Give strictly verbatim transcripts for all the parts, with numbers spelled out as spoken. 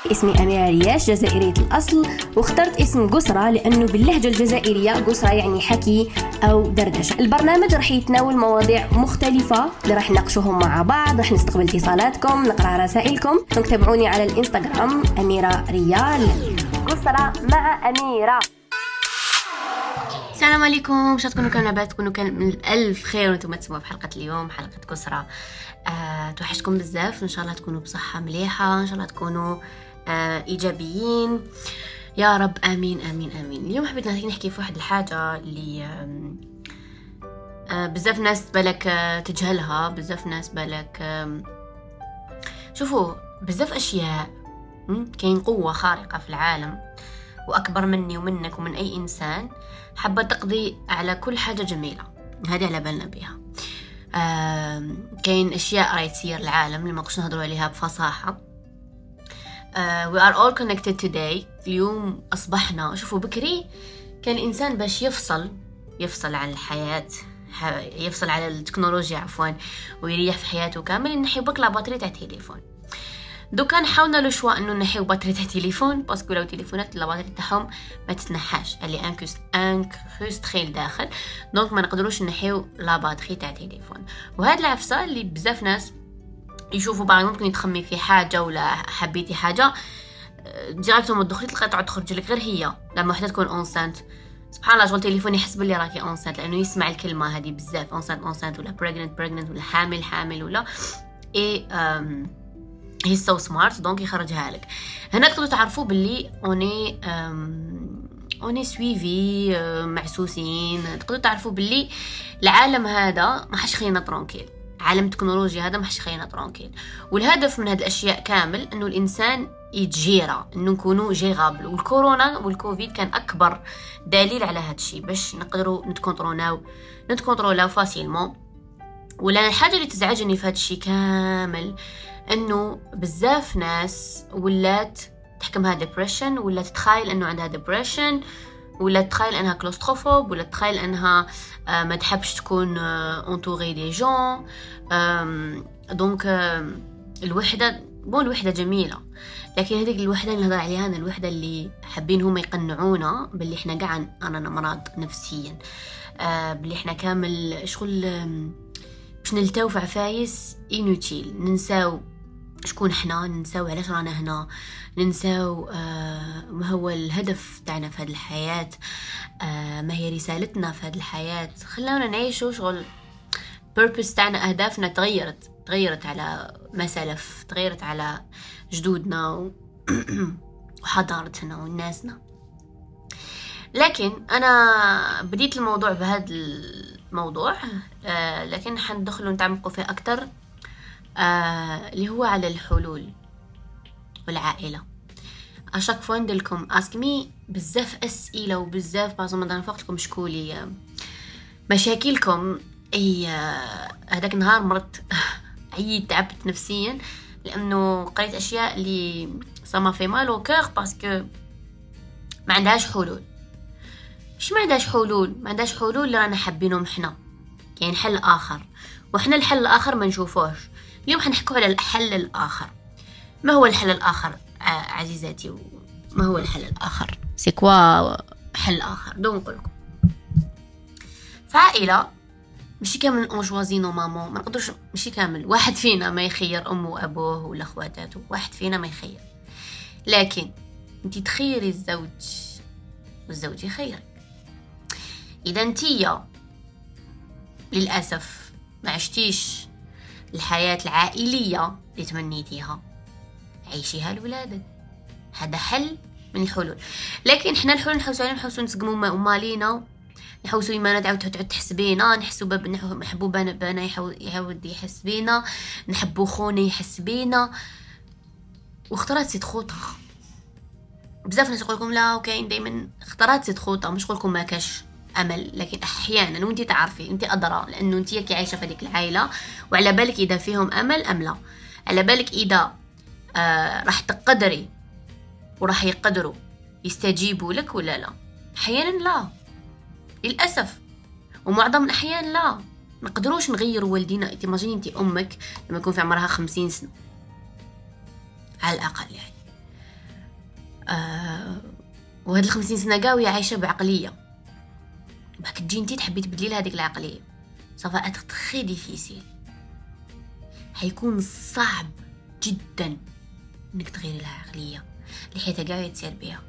اسمي أميرة رياش، جزائرية الأصل، واخترت اسم قسرة لأنه باللهجة الجزائرية قسرة يعني حكي أو دردشة. البرنامج رح يتناول مواضيع مختلفة اللي رح نناقشوهم مع بعض، رح نستقبل اتصالاتكم، نقرأ رسائلكم. تابعوني على الإنستغرام أميرة ريال. قسرة مع أميرة. السلام عليكم، ان شاء الله تكونوا كاملين تكونوا كان من الالف خير وانتم تسمعوا في حلقه اليوم، حلقه كسرى. أه توحشكم بزاف، ان شاء الله تكونوا بصحه مليحه، ان شاء الله تكونوا أه ايجابيين يا رب. امين امين امين. اليوم حبيت نحكي في واحد الحاجه اللي أه بزاف ناس بالك أه تجهلها، بزاف ناس بالك أه شوفوا بزاف اشياء. كاين قوه خارقه في العالم واكبر مني ومنك ومن اي انسان، حابه تقضي على كل حاجه جميله، هذه على بالنا بها. كاين اشياء راهي تصير العالم اللي ما نقدرش نهضروا عليها بفصاحه. uh, we are all connected today. اليوم اصبحنا، شوفوا بكري كان الانسان باش يفصل يفصل عن الحياه، يفصل على التكنولوجيا عفوا، ويريح في حياته كامل، نحيو بك لا بطاريه تاع التليفون. دو كان حاولنا لو شوا انه نحيو بطاريه التليفون، باسكو لو تليفونات لا بطاريه تاعهم ما تتنحاش، اللي انكست انكستري لداخل، دونك ما نقدروش نحيو لا بطاريه تاع التليفون. وهاد العفسه اللي بزاف ناس يشوفوا بعض، ممكن يتخمي في حاجه ولا حبيتي حاجه ديريكتومون تدخلي تلقى تعود تخرج لك غير هي لما وحده تكون اونسانت. سبحان الله، شغل تليفون يحسب لي راكي اونسانت، لانه يسمع الكلمه هذه بزاف، اونسانت اونسانت ولا بريغننت بريغننت ولا حامل حامل ولا اي ام هي سو سمارت، دونك يخرجها لك. هنا تقدروا تعرفوا باللي اوني اوني سويفي محسوسين، تقدروا تعرفوا باللي العالم هذا ما حش خلينا ترونكيل، عالم التكنولوجيا هذا ما حش خلينا ترونكيل. والهدف من هذه الاشياء كامل انه الانسان يتجيرا، انه نكونوا جيغابل. والكورونا والكوفيد كان اكبر دليل على هذا الشيء، باش نقدروا نتكونتروناو نتكونترولاو فاسيلمون. ولا الحاجه اللي تزعجني في هذا الشيء كامل انه بزاف ناس ولات تحكمها ديبريشن، ولا تتخيل انه عندها ديبريشن، ولا تتخيل انها كلوستروفوب، ولا تتخيل انها ما تحبش تكون انتوري دي جون. دونك الوحده بون الوحده جميله، لكن هذيك الوحده اللي نهضر عليها، الوحده اللي حابين هم يقنعونا باللي احنا قاع انا مرض نفسيا، باللي احنا كامل شغل باش نلتاو في عفايس انوتيل، ننساو شكون احنا، ننساو علاش رانا هنا، ننساو آه ما هو الهدف تاعنا في هذه الحياة، آه ما هي رسالتنا في هذه الحياة. خلاونا نعيشوا شغل purpose تاعنا، أهدافنا تغيرت تغيرت على ما سلف، تغيرت على جدودنا وحضارتنا وناسنا. لكن أنا بديت الموضوع بهذا الموضوع، آه لكن حندخلوا نتعمقوا فيه أكتر، آه اللي هو على الحلول والعائلة. أشاك فوا نديرلكم اسكمي بزاف أسئلة وبزاف بعض ما نفقت لكم شكولي مشاكلكم. أي هذاك النهار مرت عييت تعبت نفسيا، لأنه قريت أشياء اللي سما في مالو كير، باسكو ما عندهاش حلول. مش ما عندهاش حلول، ما عندهاش حلول اللي رانا حابينهم احنا، كاين حل آخر وإحنا الحل الآخر ما نشوفوش. اليوم حنحكوا على الحل الآخر. ما هو الحل الآخر عزيزاتي؟ ما هو الحل الآخر؟ سي كوا حل آخر؟ دون نقولكم فعائلة ماشي كامل اونجوازين ومامون، ما نقدرش ماشي كامل واحد فينا ما يخير امه وابوه ولا اخواتاته، واحد فينا ما يخير، لكن انتي تخيري الزوج والزوج يخيرك. اذا انتي للاسف ما عشتيش الحياة العائلية اللي تمنيتيها، عيشيها لولادك، هذا حل من الحلول. لكن احنا الحلول نحوسوا عليهم، نحوسوا نسقموا مالينا، نحوسوا إيمانا تعود تعود تحس بينا، نحسوا باب نحبوا بنا بنا يعود يحس بينا، نحبوا خونا يحس بينا. واختارات سيد خوطة. بزاف ناس يقولكم لا وكاين دايما اختارات سيد خوطة، مش يقولكم ما كاش امل، لكن احيانا وانتي تعرفي انتي ادرى، لانه انتي كي عايشه في هذيك العائله وعلى بالك اذا فيهم امل ام لا، على بالك اذا آه راح تقدري وراح يقدروا يستجيبوا لك ولا لا. احيانا لا للاسف، ومعظم الاحيان لا نقدروش نغيروا والدينا. انت ماجيني انت امك لما يكون في عمرها خمسين سنه على الاقل، يعني آه وهاد الخمسين سنة قاوية عايشة بعقلية، بعد تجي انتي تحبي تبدلي لها هذيك العقلية، صافا اتر تخي ديفيسيل، حيكون صعب جدا انك تغيري لها عقلية اللي حيث قاعدة تصير بها.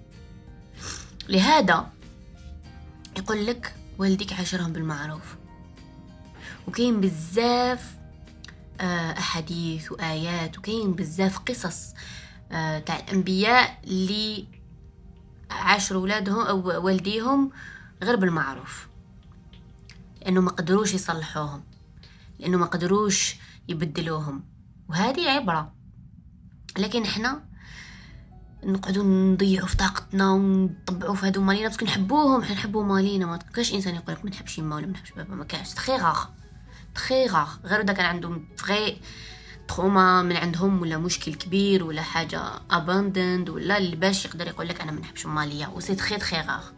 لهذا يقول لك والديك عاشرهم بالمعروف. وكاين بزاف احاديث وايات، وكاين بزاف قصص تاع الانبياء اللي عاشروا ولادهم او والديهم غير بالمعروف، لانه ما قدروش يصلحوهم، لانه ما قدروش يبدلوهم، وهذه عبرة. لكن احنا نقعدوا نضيعوا في طاقتنا ونطبعوا في هذو مالينا بس نحبوهم، احنا نحبوا مالينا. ما كاش انسان يقول لك ما نحبش يما ولا ما نحبش بابا، ما كاش، تخي غاخ تخي غاخ، غير اذا كان عندهم فغي تروما من عندهم ولا مشكل كبير ولا حاجه اباندند ولا اللي باش يقدر يقول لك انا ما نحبش ماليا، وسي تخي تخي غاخ.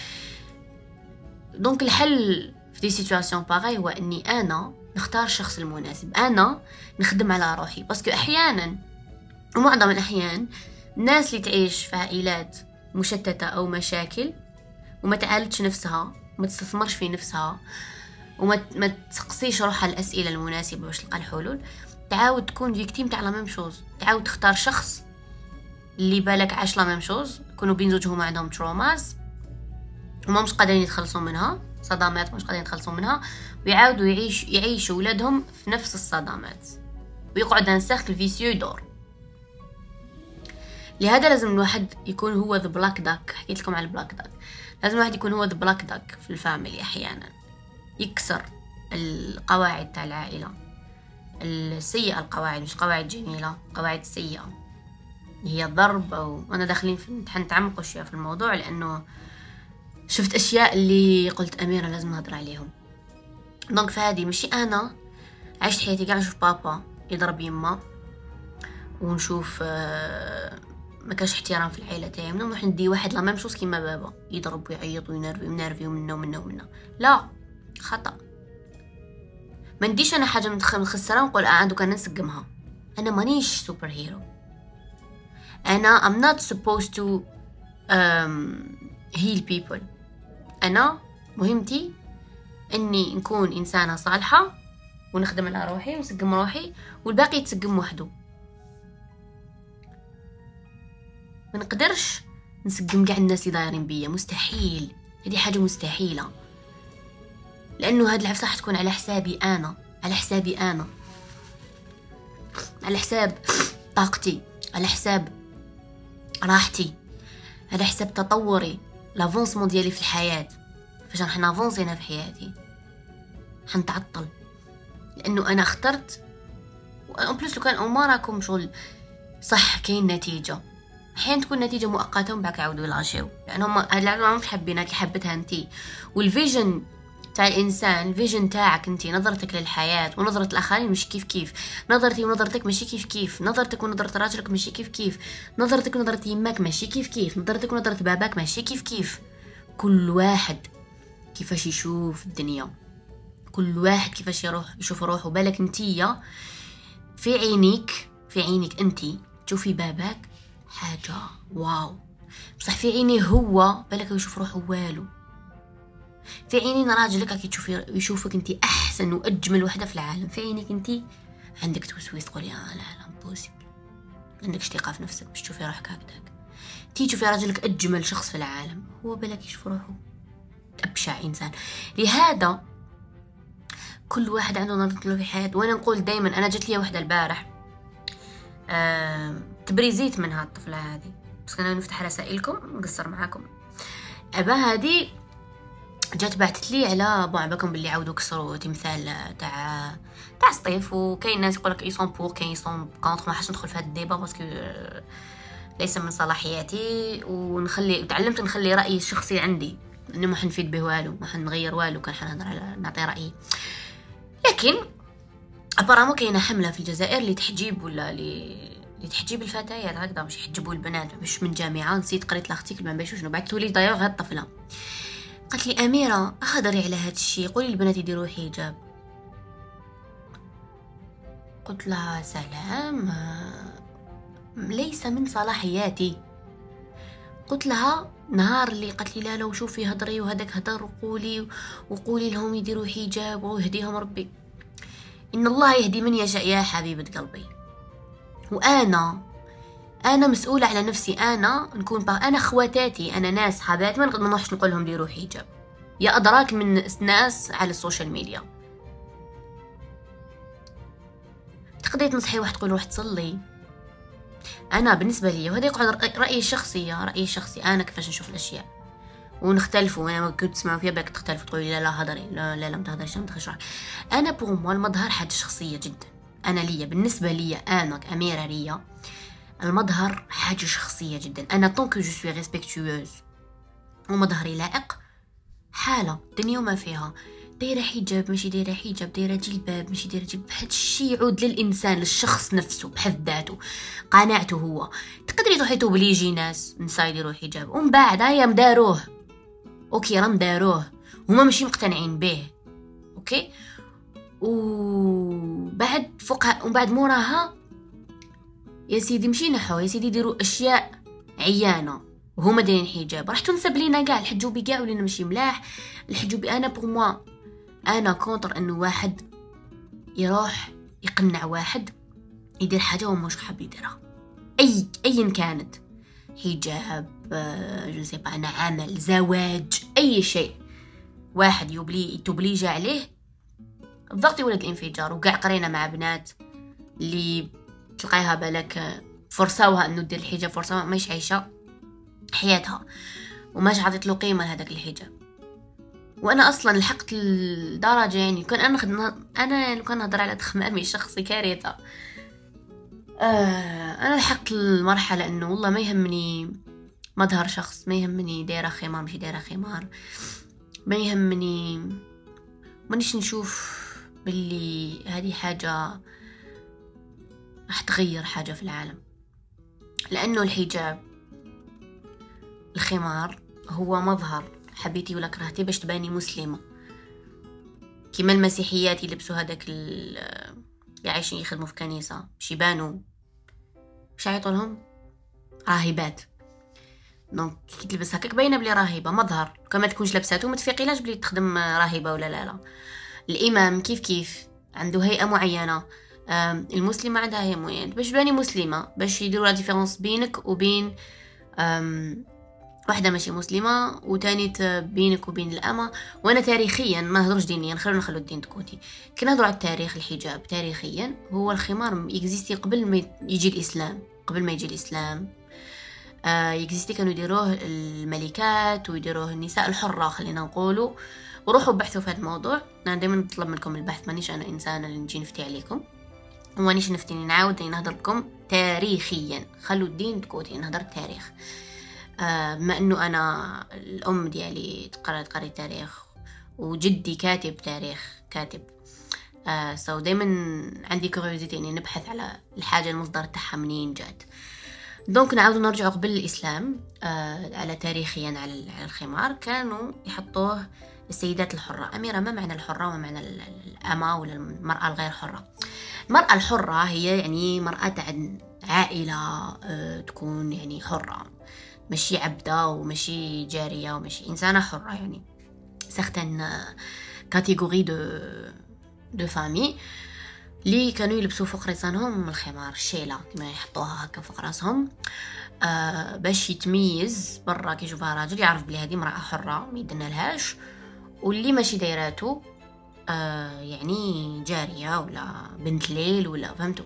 دونك الحل في دي سيتواسيون باغي هو اني انا نختار الشخص المناسب، انا نخدم على روحي. باسكو احيانا ومعظم الاحيان الناس اللي تعيش في عائلات مشتته او مشاكل وما تعالجش نفسها وما تستثمرش في نفسها وما ما تسقسيش روحها الاسئله المناسبه باش تلقى الحلول، تعاود تكون فيكتيم تاع لا ميم شوز. تعاود تختار شخص اللي بالك عاش لا ميم شوز، يكونوا بين زوجهم عندهم تروماز وما مش قادرين يتخلصوا منها، صدمات مش قادرين يتخلصوا منها، ويعاودوا يعيش يعيشوا ولادهم في نفس الصدمات، ويقعد ان سيركل فيسيو يدور. لهذا لازم الواحد يكون هو ذا بلاك داك. حكيت لكم على البلاك داك، لازم الواحد يكون هو ذا بلاك داك في الفاميلي، احيانا يكسر القواعد تاع العائله السيئه، القواعد مش قواعد جميله، قواعد سيئه هي الضرب. او انا داخلين في نتعمقوا شويه في الموضوع لانه شفت اشياء اللي قلت اميره لازم نهضر عليهم. دونك فهذه ماشي انا عشت حياتي قاعد نشوف بابا يضرب يما ونشوف آه ما كاش احترام في العائله تاعي، منو راح ندي واحد لا ميم شوز كيما بابا يضرب ويعيط وينرفي وينرفي ومنه ومنه ومنه. لا، خطا. ما نديش انا حاجه متخسره ونقول اه دوك انا نسقمها. انا مانيش سوبر هيرو، انا I'm not supposed to um, heal people. انا مهمتي اني نكون انسانه صالحه ونخدم على روحي ونسقم روحي والباقي يتسقم وحده. ما نقدرش نسقم كاع الناس اللي دايرين بيا، مستحيل، هذه حاجه مستحيله، لانه هاد العفسه حتكون على حسابي انا، على حسابي انا، على حساب طاقتي، على حساب راحتي، على حساب تطوري، لافونسمون ديالي في الحياه. فاش راح نافونسي انا في حياتي حنتعطل، لانه انا اخترت. وان بلس لو كان اموركم شغل صح كاين نتيجه، احيانا تكون نتيجه مؤقته ومن بعد يعاودوا يلاشيو، لان هما هاد العالم مش حابينها كي حبتها انتي. والفيجن تاع الانسان، الفيجن تاعك انتي، نظرتك للحياه ونظره الاخرين مش كيف كيف، نظرتي ونظرتك ماشي كيف كيف، نظرتك ونظره راجلك ماشي كيف كيف، نظرتك ونظره يماك ماشي كيف كيف، نظرتك ونظره باباك ماشي كيف كيف. كل واحد كيفاش يشوف الدنيا، كل واحد كيفاش يروح يشوف روحه. بالك انتيا في عينيك، في عينيك انتي تشوفي باباك حاجه واو، بصح في عينيه هو بالك يشوف روحه والو. في عينين راجلك كي تشوفي يشوفك انتي احسن واجمل وحده في العالم، في عينيك انتي عندك توسويس تقولي اه لا لا امبوسيبل، عندك اشتقاق في نفسك باش تشوفي روحك هكذاك. تي تشوفي راجلك اجمل شخص في العالم، هو بالك يشوف روحه ابشع انسان. لهذا كل واحد عنده نظرته في حياته. وانا نقول دائما، انا جت لي وحده البارح آه، تبريزيت منها الطفله هذه، بس انا نفتح رسائلكم نقصر معاكم. ابا هذه جات بعثت لي على بون عباكم باللي عاودوا كسروا تمثال تاع تاع سطيف، وكاين ناس يقول لك اي سون بور كاين سون كونتر. ما حاش ندخل في هذا الديبا باسكو ليس من صلاحياتي، ونخلي تعلمت نخلي رايي الشخصي عندي، انه ما حنفيد به والو، ما حنغير والو كان حنهضر على نعطي رايي. لكن ابارامو كاينه حمله في الجزائر لتحجيب ولا لتحجيب الفتيات هكذا باش يحجبوا البنات باش من جامعه. نسيت قريت لارتيكل ما باش شنو بعثوا لي دايوغ هاد الطفله قالت لي اميره هضري على هاد الشيء، قولي للبنات يديروا حجاب. قلت لها سلام، ليس من صلاحياتي، قلت لها نهار اللي قالت لي لا لا وشوفي هضري وهداك هدر وقولي وقولي لهم يديروا حجاب ويهديهم ربي، إن الله يهدي من يشاء يا حبيبة قلبي. وأنا أنا مسؤولة على نفسي، أنا نكون بقى أنا خواتاتي، أنا ناس حبات ما نروحش نقول لهم ديروا حجاب، يا أدراك من ناس على السوشيال ميديا. تقدري تنصحي واحد تقول روح تصلي، أنا بالنسبة لي وهذا يقعد رأيي الشخصي رأيي الشخصي أنا كيفاش نشوف الأشياء ونختلفوا. أنا ما كنت تسمعوا فيها بالك تختلفوا تقولي لا لا هضري لا لا لا ما تهضريش ما تخشوا. أنا بوغ موا المظهر حاجة شخصية جدا، أنا ليا بالنسبة لي أنا كأميرة ريا المظهر حاجة شخصية جدا. أنا طونك جو سوي ريسبكتويوز ومظهري لائق حالة الدنيا وما فيها، دايرة حجاب ماشي دايرة حجاب، دايرة جلباب ماشي دايرة جلباب، هاد الشي يعود للإنسان للشخص نفسه بحد ذاته قناعته هو. تقدري تروحي توبليجي ناس نساء يديروا حجاب ومن بعد هيا مداروه اوكي راه مداروه هما ماشي مقتنعين به اوكي، وبعد فوق ومن بعد موراها يا سيدي مشي نحو يا سيدي يديروا اشياء عيانه وهما دايرين حجاب، راح تنسب لينا كاع الحجوبي كاع ولينا ماشي ملاح الحجوبي. انا بوغ موا انا كونتر انه واحد يروح يقنع واحد يدير حاجه هو مش حاب يديرها، اي ايا كانت حجاب جو سي با انا عمل زواج اي شيء، واحد يبلي تبليج عليه الضغط يولد الانفجار. وكاع قرينا مع بنات اللي تلقايها بالك فرصاوها انه دير الحجاب، فرصه ماش عايشه حياتها وماش عطيت له قيمه لهذاك الحجاب. وانا اصلا لحقت الدرجه يعني كان انا خدنا انا لو كان نهضر على تخمامي الشخصي كارثه. آه انا لحقت المرحله انه والله ما يهمني مظهر شخص، ما يهمني دايره خمار مش دايره خمار، ما يهمني مانيش نشوف باللي هذه حاجه راح تغير حاجه في العالم. لانه الحجاب الخمار هو مظهر حبيتي ولا كرهتي باش تباني مسلمه، كيما المسيحيات يلبسوا هذاك اللي عايشين يخدموا في كنيسه باش يبانوا باش يعيطوا لهم راهبات. دونك كي تلبس هكاك باينه بلي راهبه، مظهر كما تكونش لابساتو ما تفيقيلاش بلي تخدم راهبه ولا لا لا. الامام كيف كيف عنده هيئه معينه، المسلمه عندها هيئه معينه باش تباني مسلمه، باش يديروا لا ديفيرونس بينك وبين واحدة ماشي مسلمة وتاني بينك وبين الأمة. وأنا تاريخيا ما نهضرش دينيا، خلونا نخلو الدين تكوتي، كي نهضروا على التاريخ الحجاب تاريخيا هو الخمار يكزيستي قبل ما يجي الإسلام. قبل ما يجي الإسلام آه يكزيستي كانوا يديروه الملكات ويديروه النساء الحرة خلينا نقولوا. وروحوا بحثوا في هذا الموضوع، أنا دائما نطلب منكم البحث، مانيش أنا إنسانة اللي نجي نفتي عليكم ومانيش نفتي نعاود نهضر لكم تاريخيا. خلوا الدين تكوتي نهضر التاريخ. بما انه انا الام ديالي قرأت قريت تاريخ وجدي كاتب تاريخ كاتب آه سو دائما عندي كوريوزيتي اني نبحث على الحاجه المصدر تاعها منين جات. دونك نعاود نرجع قبل الاسلام آه على تاريخيا على الخمار كانوا يحطوه السيدات الحره. اميره ما معنى الحره وما معنى الامه ولا المراه الغير حره؟ المراه الحره هي يعني مراه تاع عائله آه تكون يعني حره، ماشي عبدة وماشي جارية وماشي إنسانة حرة، يعني certaines catégories de de famille اللي كانوا يلبسوا فوق راسهم الخمار الشيلة كما يحطوها هكا فوق راسهم آه باش يتميز برا كي يشوفها راجل يعرف بلي هذه امرأة حرة ما يدنا لهاش، واللي ماشي دايراتو آه يعني جارية ولا بنت ليل ولا فهمتوا.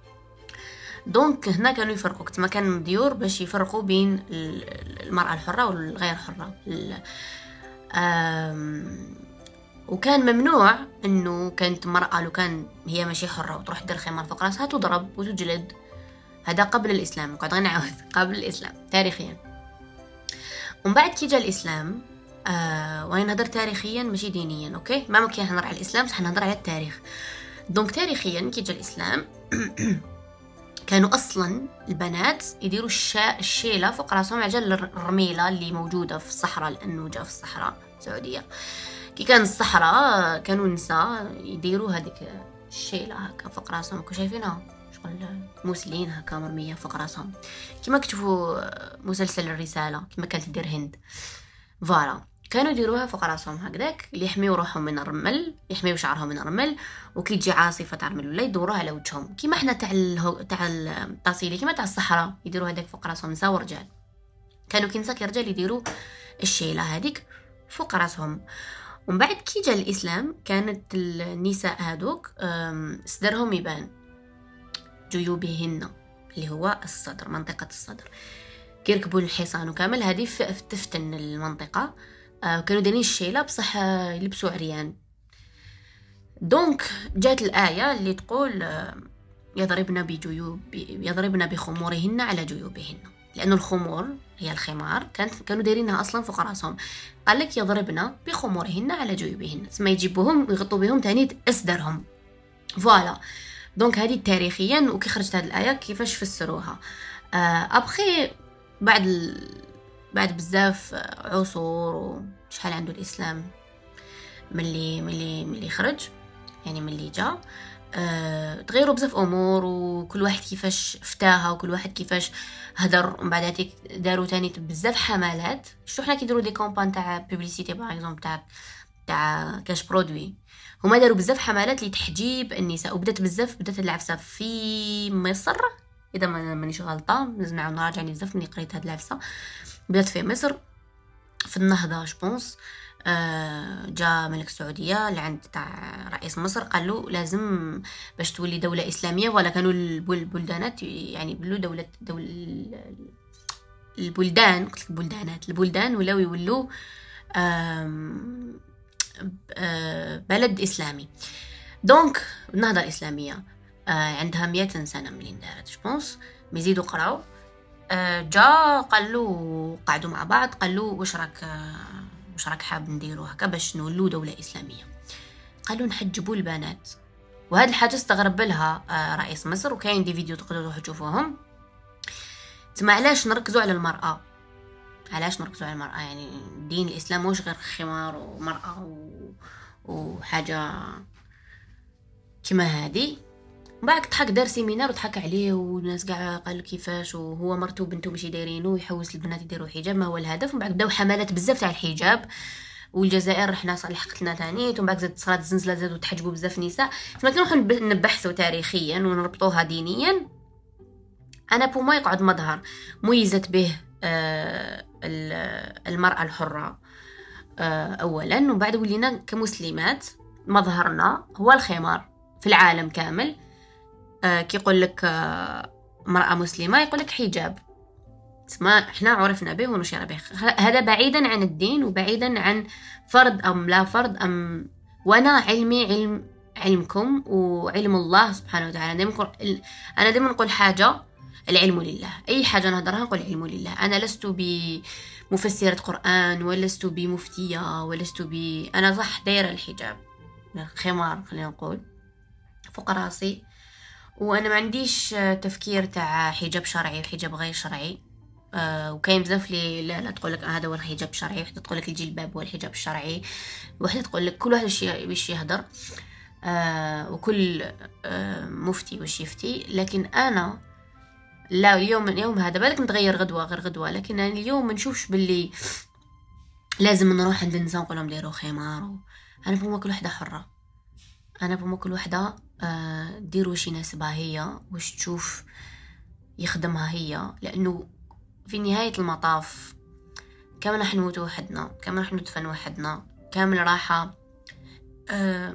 دونك هنا كانوا يفرقوا كما كان الديور باش يفرقوا بين المرأة الحرة والغير حرة. وكان ممنوع انه كانت مرأة لو كان هي ماشي حرة وتروح دير خمار فوق راسها تضرب وتجلد. هذا قبل الاسلام، قاعد غنعاود قبل الاسلام تاريخيا. ومن بعد كي جا الاسلام آه وين نهضر تاريخيا ماشي دينيا اوكي، ما ممكن نهضر على الاسلام صح نهضر على التاريخ. دونك تاريخيا كي جا الاسلام كانوا اصلا البنات يديروا الشا الشيله فوق راسهم عجل الرميله اللي موجوده في الصحراء، لانه جا في الصحراء السعوديه كي كان الصحراء كانوا النساء يديروا هذيك الشيله هكا فوق راسهم. كنتوا شايفينها شغل موسلين هكا مرمية فوق راسهم كما كتشوفوا مسلسل الرسالة كما كانت تدير هند. فوالا كانوا يديروها فوق راسهم هكذاك ليحميو روحهم من الرمل، يحميو شعرهم من الرمل، وكي تجي عاصفه تاع الرمل ولا يدوروها على وجههم كيما حنا تاع الهو... تاع الطاسيلي كيما تاع الصحراء يديروا هذاك فوق راسهم نساء ورجال. كانوا كي نساء رجال يديروا الشيله هذيك فوق راسهم. ومن بعد كي جاء الاسلام كانت النساء هذوك صدرهم يبان، جيوبهن اللي هو الصدر، منطقه الصدر، كيركبوا الحصان وكامل هذه تفتن المنطقه. آه كانوا دايرين الشيله بصح آه يلبسوا عريان. دونك جات الايه اللي تقول آه يضربن بجيوب يضربن بخمورهن على جيوبهن، لانه الخمور هي الخمار كانت كانوا دايرينها اصلا فوق راسهم. قال لك يضربن بخمورهن على جيوبهن، ما يجيبوهم ويغطوا بهم ثاني اصدرهم. فوالا دونك هذه تاريخيا وكي خرجت هذه الايه كيفاش فسروها. آه ابخي بعد ال... بعد بزاف عصور وشحال عنده الاسلام ملي ملي ملي خرج يعني ملي جا أه... تغيروا بزاف امور، وكل واحد كيفاش فتاها وكل واحد كيفاش هدر. ومن بعد هذيك داروا تاني بزاف حملات. شفتوا حنا كيديروا دي كومبان تاع بوبليسيتي باغ اكزومبل تاع تاع كاش برودوي، هما داروا بزاف حملات لتحجيب النساء، وبدات بزاف بدات العفسه في مصر اذا ما مانيش غلطه، لازم نعاود نراجع بزاف ملي قريت هاد العفسه. بدات في مصر في النهضه جوبونس. آه جا ملك السعوديه لعند تاع رئيس مصر قال له لازم باش تولي دوله اسلاميه، ولا كانوا البلدانات يعني بلو دوله دول البلدان قلت لك بلدانات البلدان ولاو يولوا بلد اسلامي. دونك النهضه الاسلاميه آه عندها مئة سنه ملي دارت جوبونس، ميزيدوا قراو. آه جا قال له قعدوا مع بعض قال له واش راك واش راك حاب نديروا هكا باش نولوا دوله اسلاميه؟ قالوا نحجبوا البنات. وهذه الحاجه استغرب لها آه رئيس مصر، وكاين دي فيديو تقدروا تروحوا تشوفوهم. تما علاش نركزوا على المراه؟ علاش نركزوا على المراه؟ يعني دين الاسلام واش غير خمار ومراه و... وحاجه كما هذه. بعد ضحك دار سيمينار وضحك عليه والناس كاع قالوا كيفاش وهو مرتو بنته ماشي دايرينه ويحوس البنات يديروا حجاب ما هو الهدف. ومن بعد بداو حملات بزاف تاع الحجاب، والجزائر حنا لحقت لنا ثاني. ومن بعد زاد صرات الزنزله زادوا تحجبوا بزاف نساء. فما كنروحوا نبحثوا تاريخيا ونربطوها دينيا. انا بوما يقعد مظهر ميزت به آه المراه الحره آه اولا، ومن بعد ولينا كمسلمات مظهرنا هو الخمار في العالم كامل. آه كي يقول لك آه مرأة مسلمة يقول لك حجاب، ما احنا عرفنا به ونشير به. هذا بعيدا عن الدين وبعيدا عن فرض ام لا فرض ام. وانا علمي علم علمكم وعلم الله سبحانه وتعالى. دائما نقول انا دائما نقول حاجه العلم لله، اي حاجه نهضرها نقول العلم لله. انا لست بمفسره قران ولست بمفتيه ولست ب انا صح دايره الحجاب خمار خلينا نقول فوق راسي، وانا ما عنديش تفكير تاع حجاب شرعي وحجاب غير شرعي. آه وكاين بزاف لي لا, لا تقول لك هذا هو الحجاب الشرعي، وحده تقول لك الجلباب هو الحجاب الشرعي، وحده تقول لك كل واحد واش يهضر آه وكل آه مفتي واش يفتي. لكن انا لا اليوم اليوم هذا بالك نتغير غدوه غير غدوه، لكن أنا اليوم ما نشوفش باللي لازم نروح عند النساء نقول لهم ديروا خمار و... انا بما كل وحده حره، انا بما كل وحده آه دير واش يناسبها هي واش تشوف يخدمها هي. لانه في نهايه المطاف كامل راح نموت وحدنا، كامل راح ندفن وحدنا، كامل راحه آه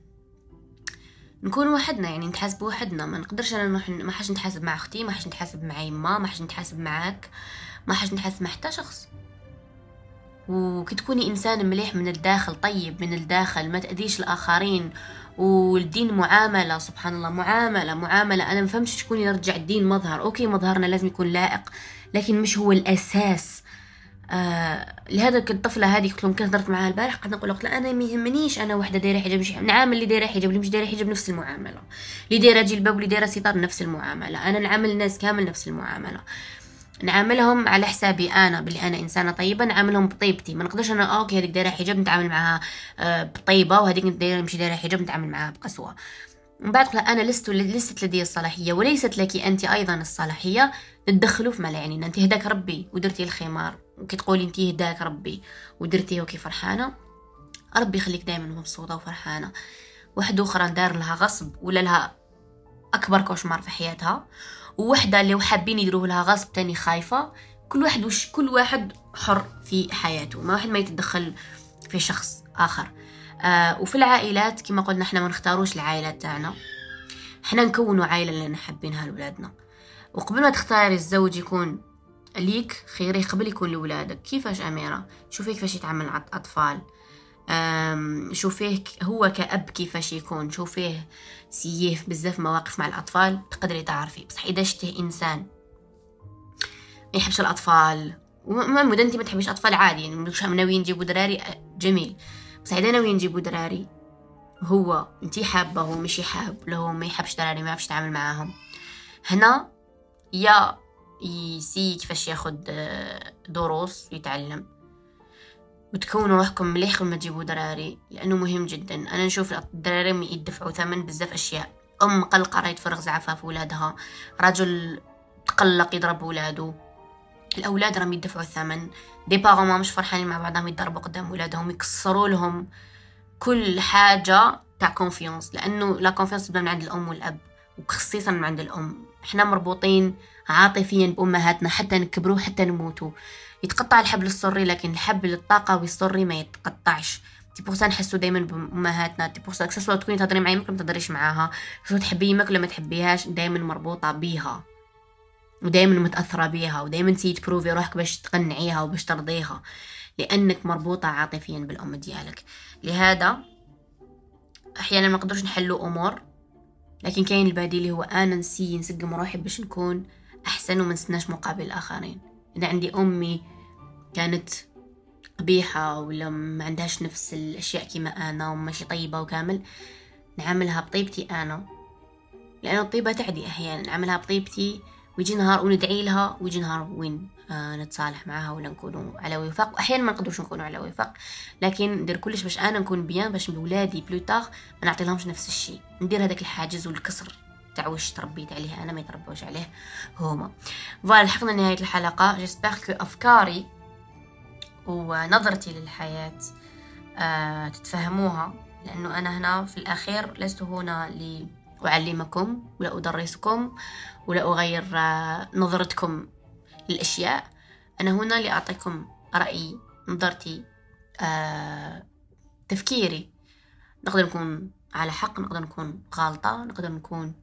نكون وحدنا، يعني نتحاسب وحدنا. ما نقدرش انا نروح ما حاش نتحاسب مع اختي، ما حاش نتحاسب مع يما، ما حاش نتحاسب معاك، ما حاش نتحاسب مع حتى شخص. وكي تكوني انسان مليح من الداخل طيب من الداخل ما تأذيش الاخرين. والدين معامله سبحان الله معامله معامله. انا ما فهمتش شكون يرجع الدين مظهر. اوكي مظهرنا لازم يكون لائق لكن مش هو الاساس. آه لهذا الطفله هذه قلت لهم كنت هضرت معاها البارح قعدت نقول لك لا انا ما يهمنيش انا وحده دايره حجاب مش نعامل اللي دايره حجاب اللي مش دايره حجاب نفس المعامله، اللي دايره جلباب واللي دايره ستار نفس المعامله. انا نعامل الناس كامل نفس المعامله، نعاملهم على حسابي انا باللي انا انسانه طيبه، نعاملهم بطيبتي. ما نقدرش انا اوكي هذيك دايره حجاب نتعامل معها بطيبه وهذيك دايره مش دايره حجاب نتعامل معها بقسوه. من بعد تقول أنا لست لست لدي الصلاحية وليست لك أنت أيضا الصلاحية تدخلوا في مال يعني أنت هداك ربي ودرتي الخمار وكي تقولي أنت هداك ربي ودرتيه وكي فرحانة، ربي يخليك دائما مبسوطة وفرحانة. واحدة أخرى دار لها غصب ولا لها أكبر كوشمار في حياتها، ووحدة اللي حابين يديروه لها غصب تاني خايفة. كل واحد وش كل واحد حر في حياته، ما واحد ما يتدخل في شخص آخر. آه وفي العائلات كما قلنا احنا ما نختاروش العائلات تاعنا، احنا نكونوا عائلة اللي نحبينها لولادنا. وقبل ما تختاري الزوج يكون ليك خيري قبل يكون لولادك. كيفاش أميرة؟ شوفي كيفاش يتعامل مع الأطفال، شوفيه هو كأب كيفاش يكون، شوفيه سييه بزاف مواقف مع الأطفال تقدري تعرفي. بصح إذا شتيه إنسان ما يحبش الأطفال، وما مدة أنت ما تحبيش أطفال عادي يعني مش ناويين نجيبوا دراري جميل، بصح إذا ناويين نجيبوا دراري هو أنت حابه هو مش يحب له ما يحبش دراري ما يعرفش يتعامل معاهم، هنا يا يسي كيفاش ياخد دروس يتعلم وتكونوا روحكم مليح قبل ما تجيبوا دراري، لأنه مهم جدا. أنا نشوف الدراري يدفعوا ثمن بزاف أشياء. أم قلقة راهي تفرغ زعفها في ولادها، رجل تقلق يضرب ولاده، الأولاد راهم يدفعوا الثمن. دي بارون ما مش فرحانين مع بعضهم يضربوا قدام ولادهم يكسروا لهم كل حاجة تاع كونفيونس، لأنه لا كونفيونس تبدا من عند الأم والأب وخصيصا من عند الأم. إحنا مربوطين عاطفيا بأمهاتنا حتى نكبروا حتى نموتوا. يتقطع الحبل السري لكن الحبل الطاقوي السري ما يتقطعش. تبغى نحسوا دائما بأمهاتنا، تبغى سواء تكوني تهضري معاها يمكن ما تهضريش معاها، سواء تحبي يمك ولا ما تحبيهاش، دائما مربوطة بيها ودائما متأثرة بيها، ودائما تسيي تبروفي روحك باش تقنعيها وباش ترضيها، لأنك مربوطة عاطفيا بالأم ديالك. لهذا أحيانا ما نقدرش نحلوا أمور، لكن كاين البديل هو أنا نسي نسقم روحي باش نكون أحسن وما نستناش مقابل الآخرين. إذا عندي أمي كانت قبيحة ولا ما عندهاش نفس الأشياء كما أنا وماشي طيبة وكامل، نعملها بطيبتي أنا، لأن الطيبة تعدي أحيانا. نعملها بطيبتي ويجي نهار وندعي لها ويجي نهار وين آه نتصالح معها ولا نكونوا على وفاق. أحيانا ما نقدرش نكونوا على وفاق، لكن ندير كلش باش أنا نكون بيان باش بولادي بلوتاغ ما نعطي لهمش نفس الشيء. ندير هذاك الحاجز والكسر تاع واش تربيت عليه أنا ما يتربوش عليه هما. فوالا لحقنا نهاية الحلقة. جيسبر كو أفكاري ونظرتي للحياة آه تتفهموها، لأنه أنا هنا في الأخير لست هنا لأعلمكم ولا أدرسكم ولا أغير آه نظرتكم للأشياء. أنا هنا لأعطيكم رأيي، نظرتي، آه تفكيري. نقدر نكون على حق، نقدر نكون غلطة، نقدر نكون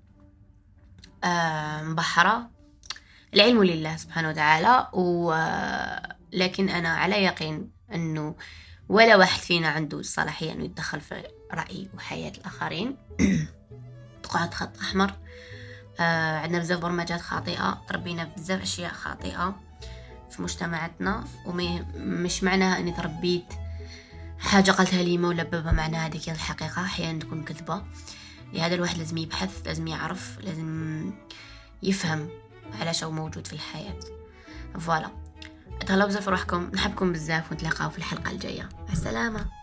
آه مبحرة، العلم لله سبحانه وتعالى. و لكن أنا على يقين أنه ولا واحد فينا عنده الصلاحية أنه يتدخل في رأي وحياة الآخرين. تقعد خط أحمر. آه عندنا بزاف برمجات خاطئة، تربينا بزاف أشياء خاطئة في مجتمعاتنا، ومش معناها أني تربيت حاجة قلتها لي مولببة معناها هذيك الحقيقة، أحيانا تكون كذبة. لهذا الواحد لازم يبحث، لازم يعرف، لازم يفهم علاش هو موجود في الحياة. فوالا، تهلاو بزاف روحكم، نحبكم بزاف ونتلاقاو في الحلقة الجاية. السلامة.